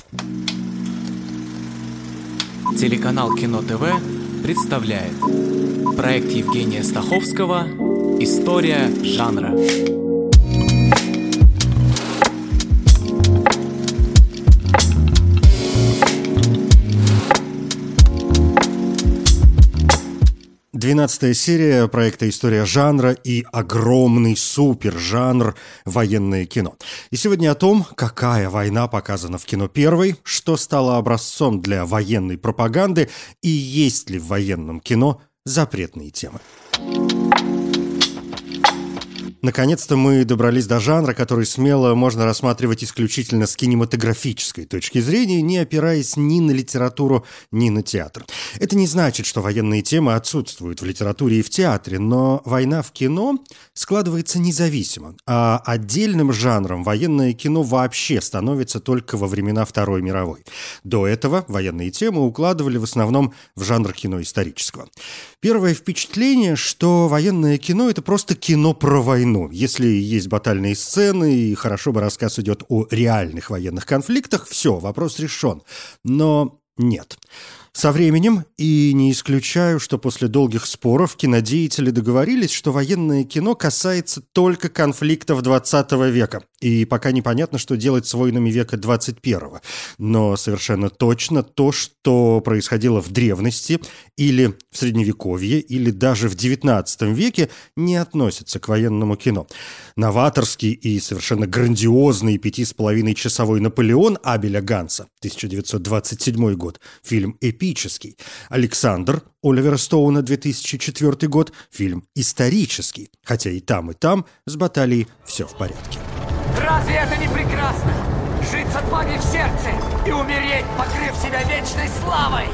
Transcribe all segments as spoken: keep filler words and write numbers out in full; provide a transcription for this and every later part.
Телеканал Кино ТВ представляет проект Евгения Стаховского «История жанра». Двенадцатая серия проекта «История жанра» и огромный супержанр «Военное кино». И сегодня о том, какая война показана в кино первой, что стало образцом для военной пропаганды и есть ли в военном кино запретные темы. Наконец-то мы добрались до жанра, который смело можно рассматривать исключительно с кинематографической точки зрения, не опираясь ни на литературу, ни на театр. Это не значит, что военные темы отсутствуют в литературе и в театре, но война в кино складывается независимо, а отдельным жанром военное кино вообще становится только во времена Второй мировой. До этого военные темы укладывали в основном в жанр кино исторического. Первое впечатление, что военное кино – это просто кино про войну. Если есть батальные сцены и хорошо бы рассказ идет о реальных военных конфликтах, все, вопрос решен. Но нет. Со временем, и не исключаю, что после долгих споров кинодеятели договорились, что военное кино касается только конфликтов двадцатого века. И пока непонятно, что делать с войнами века двадцать первого. Но совершенно точно то, что происходило в древности или в Средневековье, или даже в девятнадцатом веке, не относится к военному кино. Новаторский и совершенно грандиозный пяти с половиной часовой «Наполеон» Абеля Ганса, тысяча девятьсот двадцать седьмой год, фильм эпический. «Александр» Оливера Стоуна, две тысячи четвёртый год, фильм исторический. Хотя и там, и там с баталией все в порядке. Разве это не прекрасно? Жить с отвагой в сердце и умереть, покрыв себя вечной славой!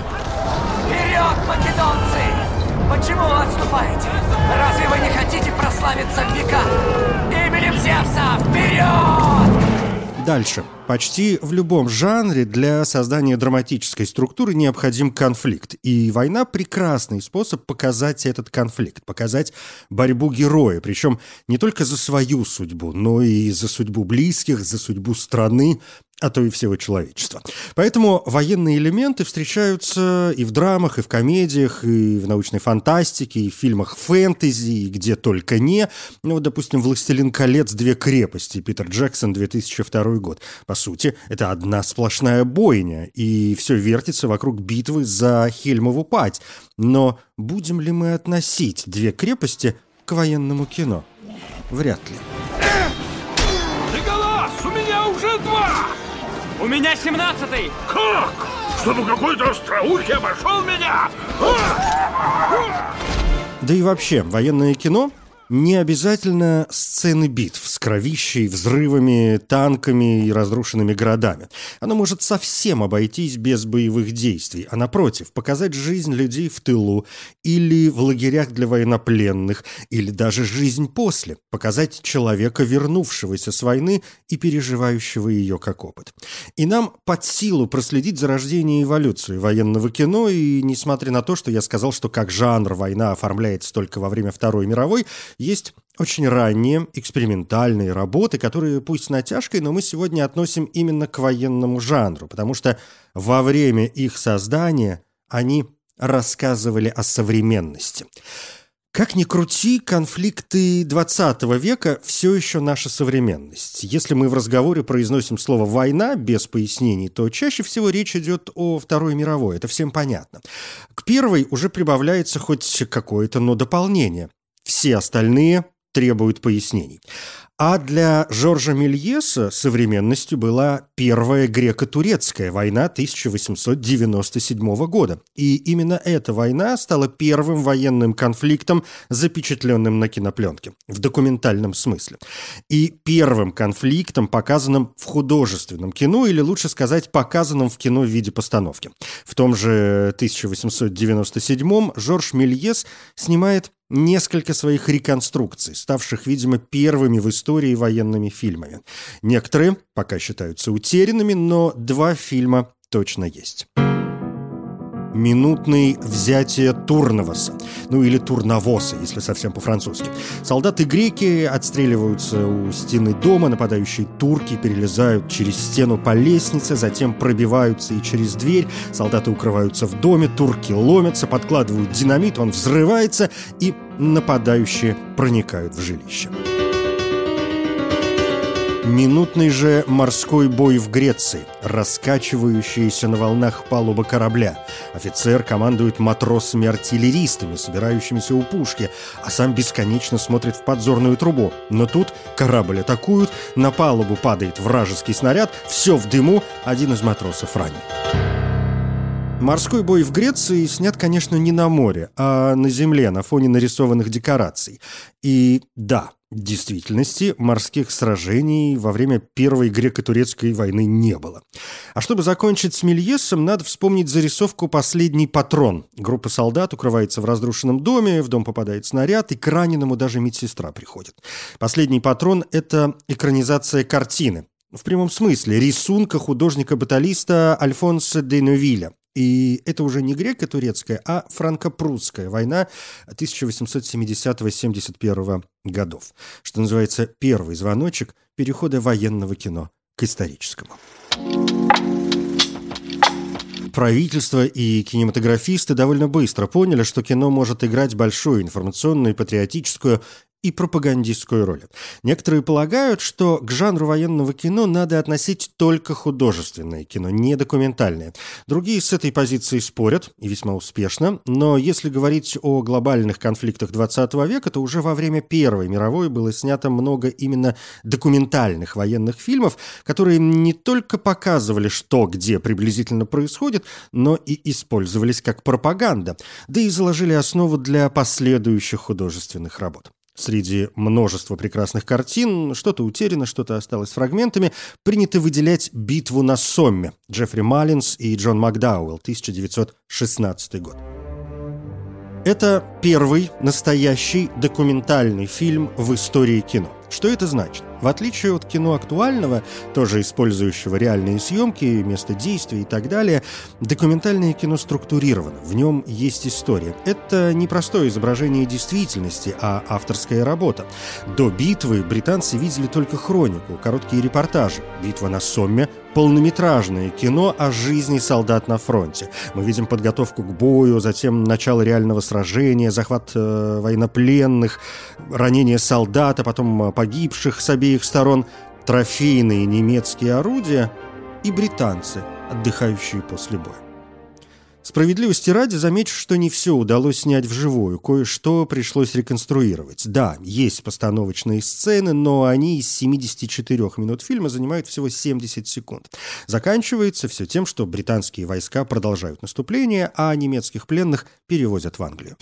Вперед, македонцы! Почему вы отступаете? Разве вы не хотите прославиться в века? Именем Зевса! Вперед! Дальше. Почти в любом жанре для создания драматической структуры необходим конфликт. И война – прекрасный способ показать этот конфликт, показать борьбу героя. Причем не только за свою судьбу, но и за судьбу близких, за судьбу страны, а то и всего человечества. Поэтому военные элементы встречаются и в драмах, и в комедиях, и в научной фантастике, и в фильмах фэнтези, и где только не. Ну, вот, допустим, «Властелин колец. Две крепости», Питер Джексон, две тысячи второй год. По сути, это одна сплошная бойня, и все вертится вокруг битвы за Хельмову падь. Но будем ли мы относить «Две крепости» к военному кино? Вряд ли. Леголас, у меня уже два! У меня семнадцатый! Как? Чтобы какой-то остроухий обошел меня? Да и вообще, военное кино не обязательно сцены битв с кровищей, взрывами, танками и разрушенными городами. Оно может совсем обойтись без боевых действий, а напротив, показать жизнь людей в тылу или в лагерях для военнопленных, или даже жизнь после, показать человека, вернувшегося с войны и переживающего ее как опыт. И нам под силу проследить за рождением и эволюцией военного кино, и несмотря на то, что я сказал, что как жанр война оформляется только во время Второй мировой, есть очень ранние экспериментальные работы, которые пусть с натяжкой, но мы сегодня относим именно к военному жанру, потому что во время их создания они рассказывали о современности. Как ни крути, конфликты двадцатого века все еще наша современность. Если мы в разговоре произносим слово «война» без пояснений, то чаще всего речь идет о Второй мировой, это всем понятно. К первой уже прибавляется хоть какое-то, но дополнение. Все остальные требуют пояснений. А для Жоржа Мельеса современностью была Первая греко-турецкая война тысяча восемьсот девяносто седьмого года. И именно эта война стала первым военным конфликтом, запечатленным на кинопленке, в документальном смысле. И первым конфликтом, показанным в художественном кино, или лучше сказать, показанным в кино в виде постановки. В том же тысяча восемьсот девяносто седьмом Жорж Мельес снимает несколько своих реконструкций, ставших, видимо, первыми в истории военными фильмами. Некоторые пока считаются утерянными, но два фильма точно есть. Минутное взятие Турновоса, ну или Турновоса, если совсем по-французски. Солдаты греки отстреливаются у стены дома, нападающие турки перелезают через стену по лестнице, затем пробиваются и через дверь. Солдаты укрываются в доме, турки ломятся, подкладывают динамит, он взрывается, и нападающие проникают в жилище. Минутный же морской бой в Греции, раскачивающаяся на волнах палуба корабля. Офицер командует матросами-артиллеристами, собирающимися у пушки, а сам бесконечно смотрит в подзорную трубу. Но тут корабль атакуют, на палубу падает вражеский снаряд, все в дыму, один из матросов ранен. Морской бой в Греции снят, конечно, не на море, а на земле, на фоне нарисованных декораций. И да, в действительности морских сражений во время Первой греко-турецкой войны не было. А чтобы закончить с Мельесом, надо вспомнить зарисовку «Последний патрон». Группа солдат укрывается в разрушенном доме, в дом попадает снаряд, и к раненому даже медсестра приходит. «Последний патрон» — это экранизация картины. В прямом смысле, рисунка художника-баталиста Альфонса де Нювиля. И это уже не греко-турецкая, а франко-прусская война тысяча восемьсот семидесятого — семьдесят первого годов. Что называется, первый звоночек перехода военного кино к историческому. Правительство и кинематографисты довольно быстро поняли, что кино может играть большую информационную, патриотическую и пропагандистскую роль. Некоторые полагают, что к жанру военного кино надо относить только художественное кино, не документальное. Другие с этой позиции спорят, и весьма успешно, но если говорить о глобальных конфликтах двадцатого века, то уже во время Первой мировой было снято много именно документальных военных фильмов, которые не только показывали, что где приблизительно происходит, но и использовались как пропаганда, да и заложили основу для последующих художественных работ. Среди множества прекрасных картин, что-то утеряно, что-то осталось фрагментами, принято выделять «Битву на Сомме» Джеффри Маллинс и Джон Макдауэлл, тысяча девятьсот шестнадцатый год. Это первый настоящий документальный фильм в истории кино. Что это значит? В отличие от кино актуального, тоже использующего реальные съемки, место действия и так далее, документальное кино структурировано, в нем есть история. Это не простое изображение действительности, а авторская работа. До битвы британцы видели только хронику, короткие репортажи. «Битва на Сомме» — полнометражное кино о жизни солдат на фронте. Мы видим подготовку к бою, затем начало реального сражения, захват э, военнопленных, ранение солдат, а потом погибших с обеих сторон, трофейные немецкие орудия и британцы, отдыхающие после боя. Справедливости ради замечу, что не все удалось снять вживую, кое-что пришлось реконструировать. Да, есть постановочные сцены, но они из семидесяти четырёх минут фильма занимают всего семьдесят секунд. Заканчивается все тем, что британские войска продолжают наступление, а немецких пленных перевозят в Англию.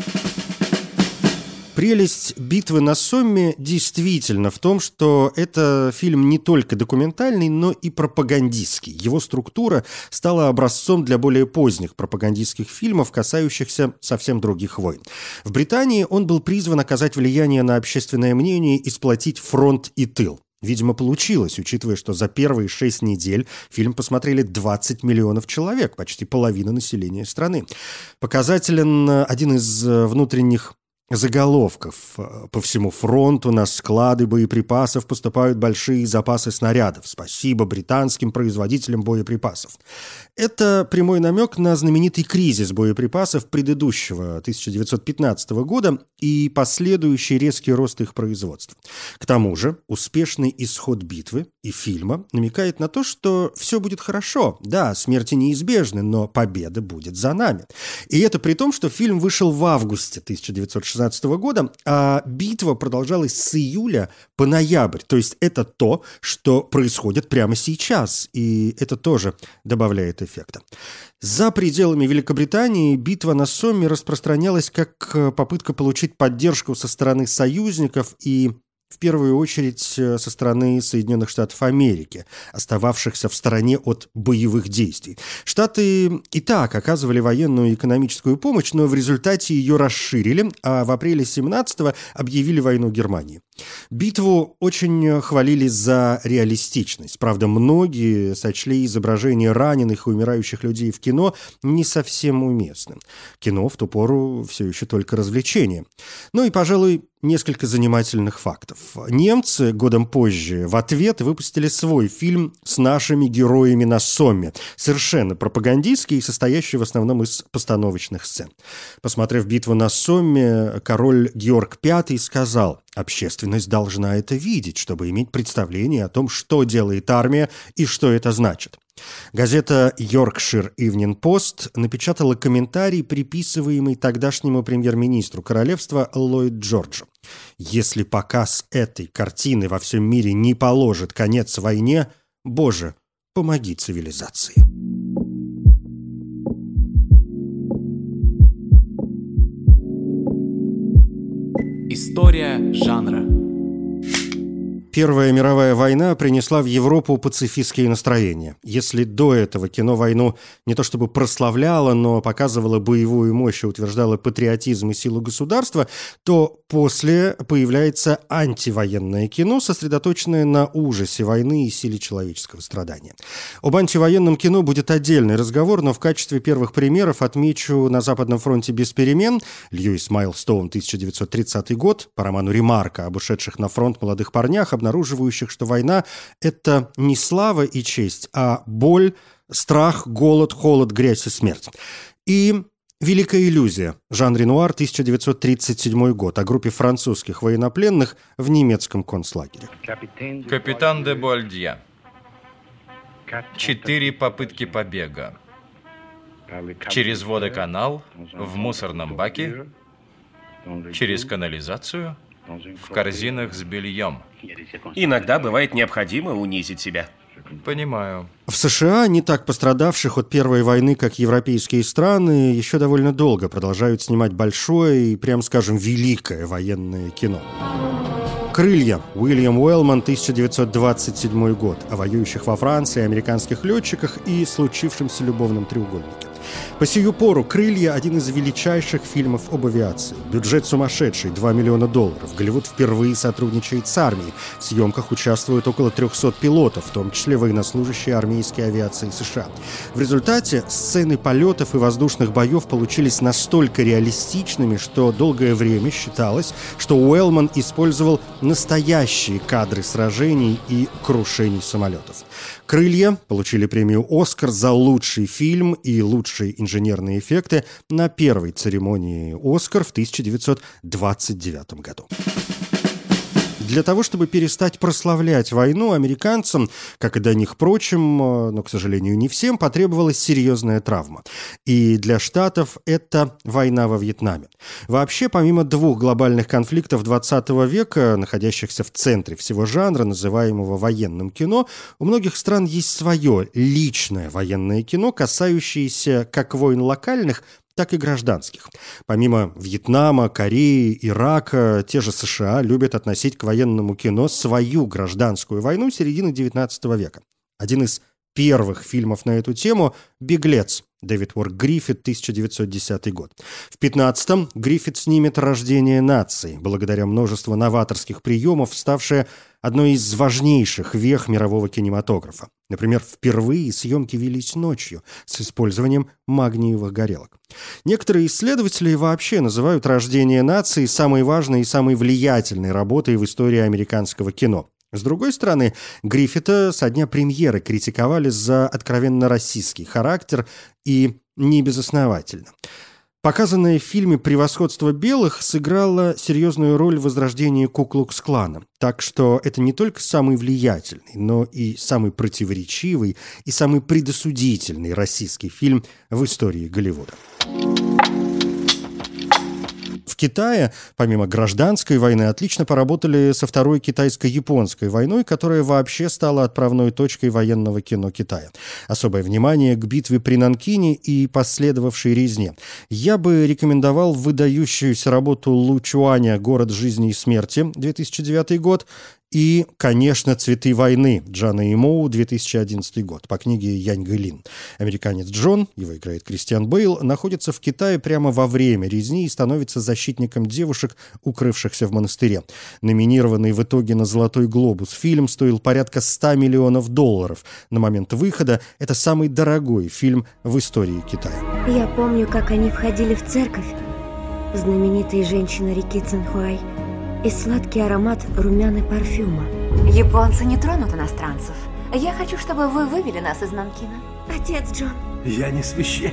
Прелесть «Битвы на Сомме» действительно в том, что это фильм не только документальный, но и пропагандистский. Его структура стала образцом для более поздних пропагандистских фильмов, касающихся совсем других войн. В Британии он был призван оказать влияние на общественное мнение и сплотить фронт и тыл. Видимо, получилось, учитывая, что за первые шесть недель фильм посмотрели двадцать миллионов человек, почти половина населения страны. Показателен один из внутренних заголовков. По всему фронту на склады боеприпасов поступают большие запасы снарядов. Спасибо британским производителям боеприпасов. Это прямой намек на знаменитый кризис боеприпасов предыдущего тысяча девятьсот пятнадцатого года и последующий резкий рост их производства. К тому же успешный исход битвы и фильма намекает на то, что все будет хорошо. Да, смерти неизбежны, но победа будет за нами. И это при том, что фильм вышел в августе тысяча девятьсот шестнадцатого года, а битва продолжалась с июля по ноябрь. То есть это то, что происходит прямо сейчас, и это тоже добавляет эффекта. За пределами Великобритании битва на Сомме распространялась как попытка получить поддержку со стороны союзников и в первую очередь со стороны Соединенных Штатов Америки, остававшихся в стороне от боевых действий. Штаты и так оказывали военную и экономическую помощь, но в результате ее расширили, а в апреле семнадцатого объявили войну Германии. Битву очень хвалили за реалистичность. Правда, многие сочли изображение раненых и умирающих людей в кино не совсем уместным. Кино в ту пору все еще только развлечение. Ну и, пожалуй, несколько занимательных фактов. Немцы годом позже в ответ выпустили свой фильм с нашими героями на Сомме, совершенно пропагандистский и состоящий в основном из постановочных сцен. Посмотрев битву на Сомме, король Георг Пятый сказал: «Общественность должна это видеть, чтобы иметь представление о том, что делает армия и что это значит». Газета «Йоркшир Ивнинг Пост» напечатала комментарий, приписываемый тогдашнему премьер-министру королевства Ллойд Джорджу. «Если показ этой картины во всем мире не положит конец войне, Боже, помоги цивилизации». История жанра. Первая мировая война принесла в Европу пацифистские настроения. Если до этого кино войну не то чтобы прославляло, но показывало боевую мощь и утверждало патриотизм и силу государства, то после появляется антивоенное кино, сосредоточенное на ужасе войны и силе человеческого страдания. Об антивоенном кино будет отдельный разговор, но в качестве первых примеров отмечу «На Западном фронте без перемен» Льюис Майлстоун, тысяча девятьсот тридцатый год, по роману Ремарка об ушедших на фронт молодых парнях, обнаруживающих, что война – это не слава и честь, а боль, страх, голод, холод, грязь и смерть. И «Великая иллюзия» Жан Ренуар, тысяча девятьсот тридцать седьмой год, о группе французских военнопленных в немецком концлагере. Капитан де Буальдье. Четыре попытки побега. Через водоканал, в мусорном баке, через канализацию, в корзинах с бельем. Иногда бывает необходимо унизить себя. Понимаю. В США, не так пострадавших от Первой войны, как европейские страны, еще довольно долго продолжают снимать большое и, прям скажем, великое военное кино. «Крылья» Уильям Уэллман, тысяча девятьсот двадцать седьмой год, о воюющих во Франции американских летчиках и случившемся любовном треугольнике. По сию пору «Крылья» — один из величайших фильмов об авиации. Бюджет сумасшедший — два миллиона долларов. Голливуд впервые сотрудничает с армией. В съемках участвуют около трехсот пилотов, в том числе военнослужащие армейской авиации США. В результате сцены полетов и воздушных боев получились настолько реалистичными, что долгое время считалось, что Уэллман использовал настоящие кадры сражений и крушений самолетов. «Крылья» получили премию «Оскар» за лучший фильм и лучшие инженерные эффекты на первой церемонии «Оскар» в тысяча девятьсот двадцать девятом году. Для того, чтобы перестать прославлять войну, американцам, как и до них прочим, но, к сожалению, не всем, потребовалась серьезная травма. И для Штатов это война во Вьетнаме. Вообще, помимо двух глобальных конфликтов двадцатого века, находящихся в центре всего жанра, называемого военным кино, у многих стран есть свое личное военное кино, касающееся как войн локальных, так и гражданских. Помимо Вьетнама, Кореи, Ирака, те же США любят относить к военному кино свою гражданскую войну середины девятнадцатого века. Один из первых фильмов на эту тему – «Беглец» Дэвид Уорк Гриффит, тысяча девятьсот десятый год. В пятнадцатом Гриффит снимет «Рождение нации», благодаря множеству новаторских приемов, ставшее одной из важнейших вех мирового кинематографа. Например, впервые съемки велись ночью с использованием магниевых горелок. Некоторые исследователи вообще называют «Рождение нации» самой важной и самой влиятельной работой в истории американского кино. С другой стороны, Гриффита со дня премьеры критиковали за откровенно расистский характер и небезосновательно. Показанное в фильме «Превосходство белых» сыграло серьезную роль в возрождении Ку-клукс-клана. Так что это не только самый влиятельный, но и самый противоречивый и самый предосудительный российский фильм в истории Голливуда. В Китае, помимо гражданской войны, отлично поработали со Второй китайско-японской войной, которая вообще стала отправной точкой военного кино Китая. Особое внимание к битве при Нанкине и последовавшей резне. Я бы рекомендовал выдающуюся работу Лу Чуаня «Город жизни и смерти» две тысячи девятый год и, конечно, «Цветы войны» Джана Имоу, две тысячи одиннадцатый год, по книге Янь Гэлин. Американец Джон, его играет Кристиан Бейл, находится в Китае прямо во время резни и становится защитником девушек, укрывшихся в монастыре. Номинированный в итоге на «Золотой глобус» фильм стоил порядка ста миллионов долларов. На момент выхода это самый дорогой фильм в истории Китая. Я помню, как они входили в церковь. Знаменитые женщины реки Цинхуай и сладкий аромат румян и парфюма. Японцы не тронут иностранцев. Я хочу, чтобы вы вывели нас из Нанкина. Отец Джон. Я не священник,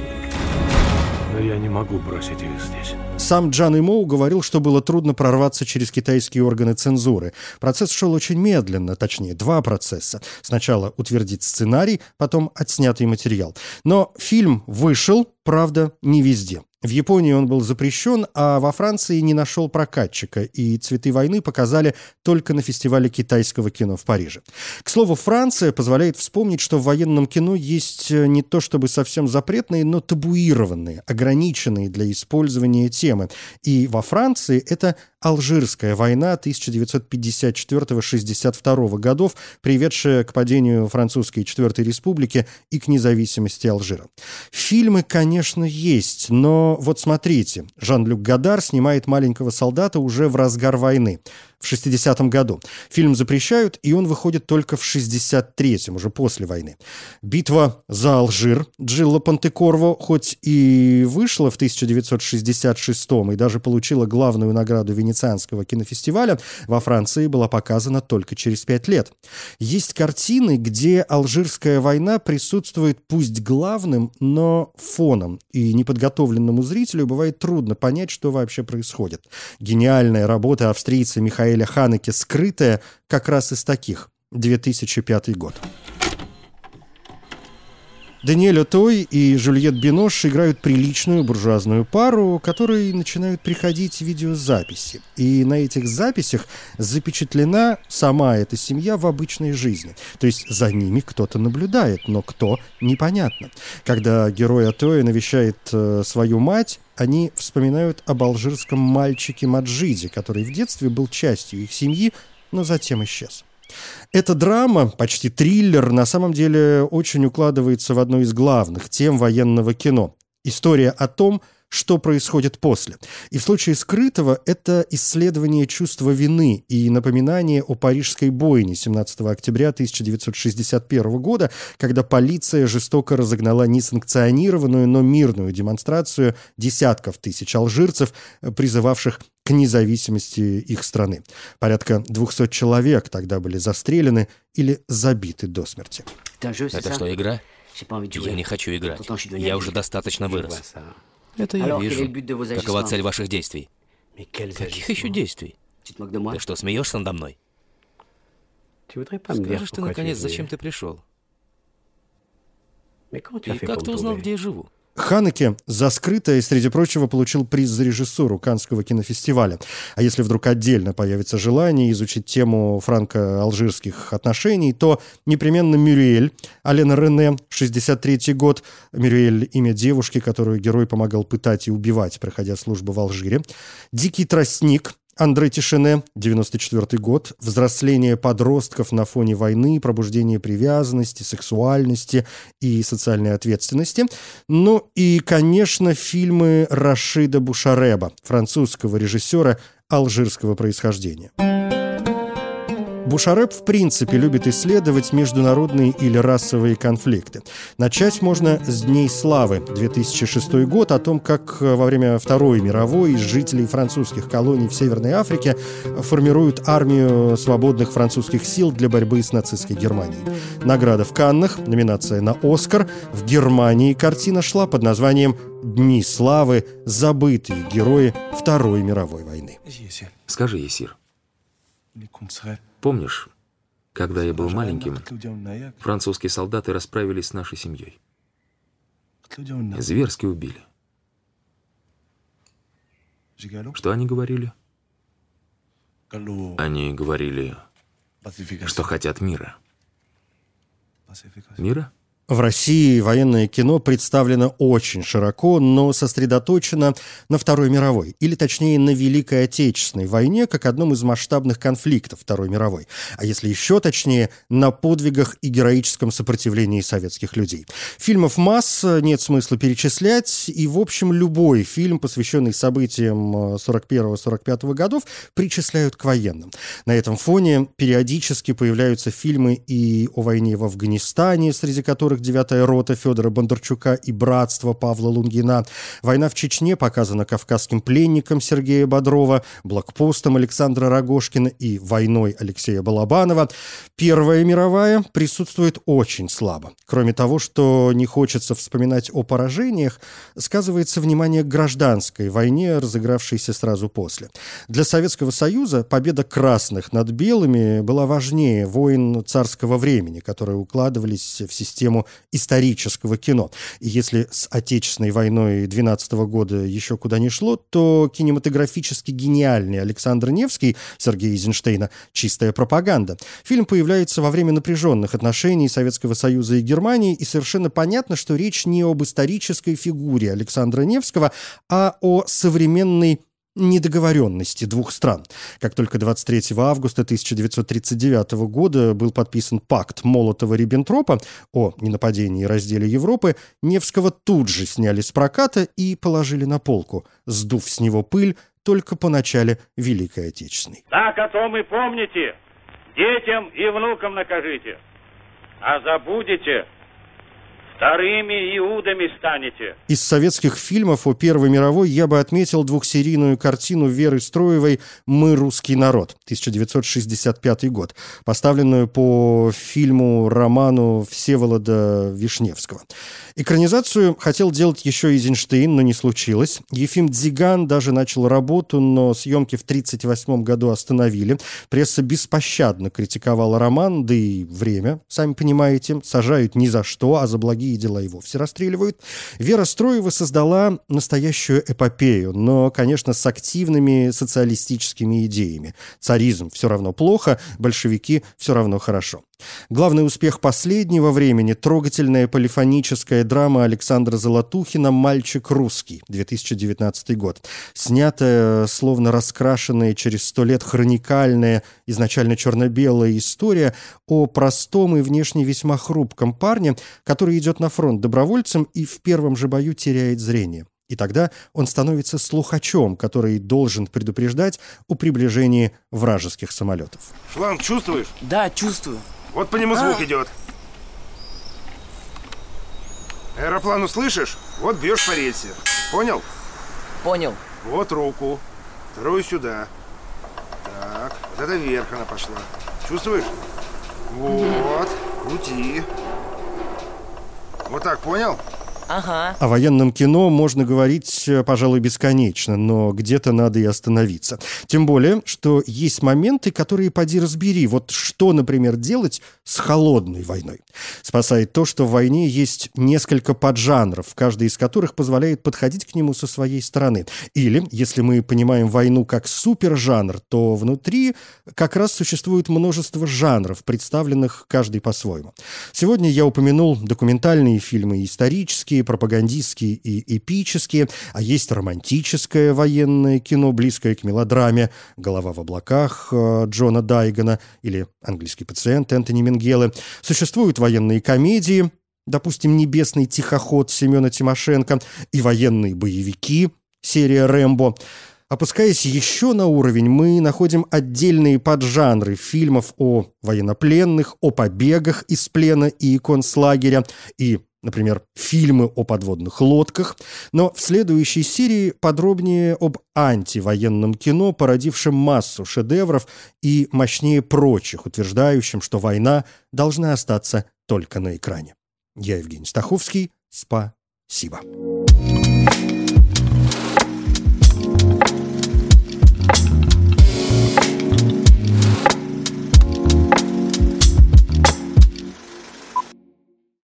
но я не могу бросить их здесь. Сам Джан Имоу говорил, что было трудно прорваться через китайские органы цензуры. Процесс шел очень медленно, точнее, два процесса. Сначала утвердить сценарий, потом отснятый материал. Но фильм вышел, правда, не везде. В Японии он был запрещен, а во Франции не нашел прокатчика, и «Цветы войны» показали только на фестивале китайского кино в Париже. К слову, Франция позволяет вспомнить, что в военном кино есть не то чтобы совсем запретные, но табуированные, ограниченные для использования темы. И во Франции это Алжирская война тысяча девятьсот пятьдесят четвёртого — шестьдесят второго годов, приведшая к падению Французской Четвертой Республики и к независимости Алжира. Фильмы, конечно, есть, но вот смотрите, Жан-Люк Годар снимает «Маленького солдата» уже в разгар войны, в шестидесятом году. Фильм запрещают, и он выходит только в шестьдесят третьем, уже после войны. «Битва за Алжир» Джилла Понтекорво хоть и вышла в тысяча девятьсот шестьдесят шестом и даже получила главную награду Венецианского кинофестиваля, во Франции была показана только через пять лет. Есть картины, где Алжирская война присутствует пусть главным, но фоном, и неподготовленному зрителю бывает трудно понять, что вообще происходит. Гениальная работа австрийца Михаэля Ханеке «Скрытая» как раз из таких. две тысячи пятый год. Даниэль Отой и Жюльет Бинош играют приличную буржуазную пару, которой начинают приходить видеозаписи. И на этих записях запечатлена сама эта семья в обычной жизни. То есть за ними кто-то наблюдает, но кто – непонятно. Когда герой Отоя навещает э, свою мать, они вспоминают об алжирском мальчике Маджиде, который в детстве был частью их семьи, но затем исчез. Эта драма, почти триллер, на самом деле очень укладывается в одну из главных тем военного кино. История о том, что происходит после. И в случае «Скрытого» это исследование чувства вины и напоминание о парижской бойне семнадцатого октября тысяча девятьсот шестьдесят первого года, когда полиция жестоко разогнала несанкционированную, но мирную демонстрацию десятков тысяч алжирцев, призывавших к независимости их страны. Порядка двухсот человек тогда были застрелены или забиты до смерти. Это что, игра? Я не хочу играть. Я уже достаточно вырос. Это я вижу. Какова цель ваших действий? Каких еще действий? Ты что, смеешься надо мной? Скажешь ты, наконец, зачем ты пришел? И как ты узнал, где я живу? Ханеке за «Скрытое», среди прочего, получил приз за режиссуру Каннского кинофестиваля. А если вдруг отдельно появится желание изучить тему франко-алжирских отношений, то непременно «Мюриэль» Алена Рене, шестьдесят третий год. «Мюриэль» — имя девушки, которую герой помогал пытать и убивать, проходя службу в Алжире. «Дикий тростник» Андре Тишине, девяносто четвёртый год. Взросление подростков на фоне войны, пробуждение привязанности, сексуальности и социальной ответственности. Ну и, конечно, фильмы Рашида Бушареба, французского режиссера алжирского происхождения. Бушареб в принципе любит исследовать международные или расовые конфликты. Начать можно с «Дней славы» две тысячи шестой год, о том, как во время Второй мировой из жителей французских колоний в Северной Африке формируют армию свободных французских сил для борьбы с нацистской Германией. Награда в Каннах, номинация на «Оскар». В Германии картина шла под названием «Дни славы. Забытые герои Второй мировой войны». Скажи, Есир, помнишь, когда я был маленьким, французские солдаты расправились с нашей семьей? Зверски убили. Что они говорили? Они говорили, что хотят мира. Мира? В России военное кино представлено очень широко, но сосредоточено на Второй мировой, или точнее на Великой Отечественной войне, как одном из масштабных конфликтов Второй мировой, а если еще точнее, на подвигах и героическом сопротивлении советских людей. Фильмов масса, нет смысла перечислять, и в общем любой фильм, посвященный событиям сорок первого сорок пятого годов, причисляют к военным. На этом фоне периодически появляются фильмы и о войне в Афганистане, среди которых «Девятая рота» Федора Бондарчука и «Братство» Павла Лунгина. «Война в Чечне» показана «Кавказским пленником» Сергея Бодрова, «Блокпостом» Александра Рогожкина и «Войной» Алексея Балабанова. Первая мировая присутствует очень слабо. Кроме того, что не хочется вспоминать о поражениях, сказывается внимание к гражданской войне, разыгравшейся сразу после. Для Советского Союза победа красных над белыми была важнее войн царского времени, которые укладывались в систему исторического кино. И если с Отечественной войной двенадцатого года еще куда ни шло, то кинематографически гениальный Александр Невский Сергея Эйзенштейна «Чистая пропаганда». Фильм появляется во время напряженных отношений Советского Союза и Германии, и совершенно понятно, что речь не об исторической фигуре Александра Невского, а о современной недоговоренности двух стран. Как только двадцать третьего августа тысяча девятьсот тридцать девятого года был подписан пакт Молотова-Риббентропа о ненападении и разделе Европы, Невского тут же сняли с проката и положили на полку, сдув с него пыль только по начале Великой Отечественной. Так о том и помните, детям и внукам накажите, а забудете, вторыми Иудами станете. Из советских фильмов о Первой мировой я бы отметил двухсерийную картину Веры Строевой «Мы русский народ», тысяча девятьсот шестьдесят пятый год, поставленную по фильму, роману Всеволода Вишневского. Экранизацию хотел делать еще Эйзенштейн, но не случилось. Ефим Дзиган даже начал работу, но съемки в тридцать восьмом году остановили. Пресса беспощадно критиковала роман, да и время, сами понимаете, сажают ни за что, а за благие дела и вовсе расстреливают. Вера Строева создала настоящую эпопею, но, конечно, с активными социалистическими идеями. Царизм все равно плохо, большевики все равно хорошо. Главный успех последнего времени – трогательная полифоническая драма Александра Золотухина «Мальчик русский», две тысячи девятнадцатый год. Снятая, словно раскрашенная через сто лет хроникальная, изначально черно-белая история о простом и внешне весьма хрупком парне, который идет на фронт добровольцем и в первом же бою теряет зрение. И тогда он становится слухачом, который должен предупреждать о приближении вражеских самолетов. Шланг чувствуешь? Да, чувствую. Вот по нему звук а. идет. Аэроплан услышишь? Вот бьешь по рельсе. Понял? Понял. Вот руку. Вторую сюда. Так, вот это вверх она пошла. Чувствуешь? Вот. Крути. Вот так, понял? Ага. О военном кино можно говорить, пожалуй, бесконечно, но где-то надо и остановиться. Тем более, что есть моменты, которые поди разбери. Вот что, например, делать с холодной войной? Спасает то, что в войне есть несколько поджанров, каждый из которых позволяет подходить к нему со своей стороны. Или, если мы понимаем войну как супержанр, то внутри как раз существует множество жанров, представленных каждый по-своему. Сегодня я упомянул документальные фильмы, исторические, пропагандистские и эпические, а есть романтическое военное кино, близкое к мелодраме «Голова в облаках» Джона Дайгана или «Английский пациент» Энтони Мингелы. Существуют военные комедии, допустим, «Небесный тихоход» Семена Тимошенко, и военные боевики, серия «Рэмбо». Опускаясь еще на уровень, мы находим отдельные поджанры фильмов о военнопленных, о побегах из плена и концлагеря, и, например, фильмы о подводных лодках. Но в следующей серии подробнее об антивоенном кино, породившем массу шедевров и мощнее прочих, утверждающим, что война должна остаться только на экране. Я Евгений Стаховский. Спасибо.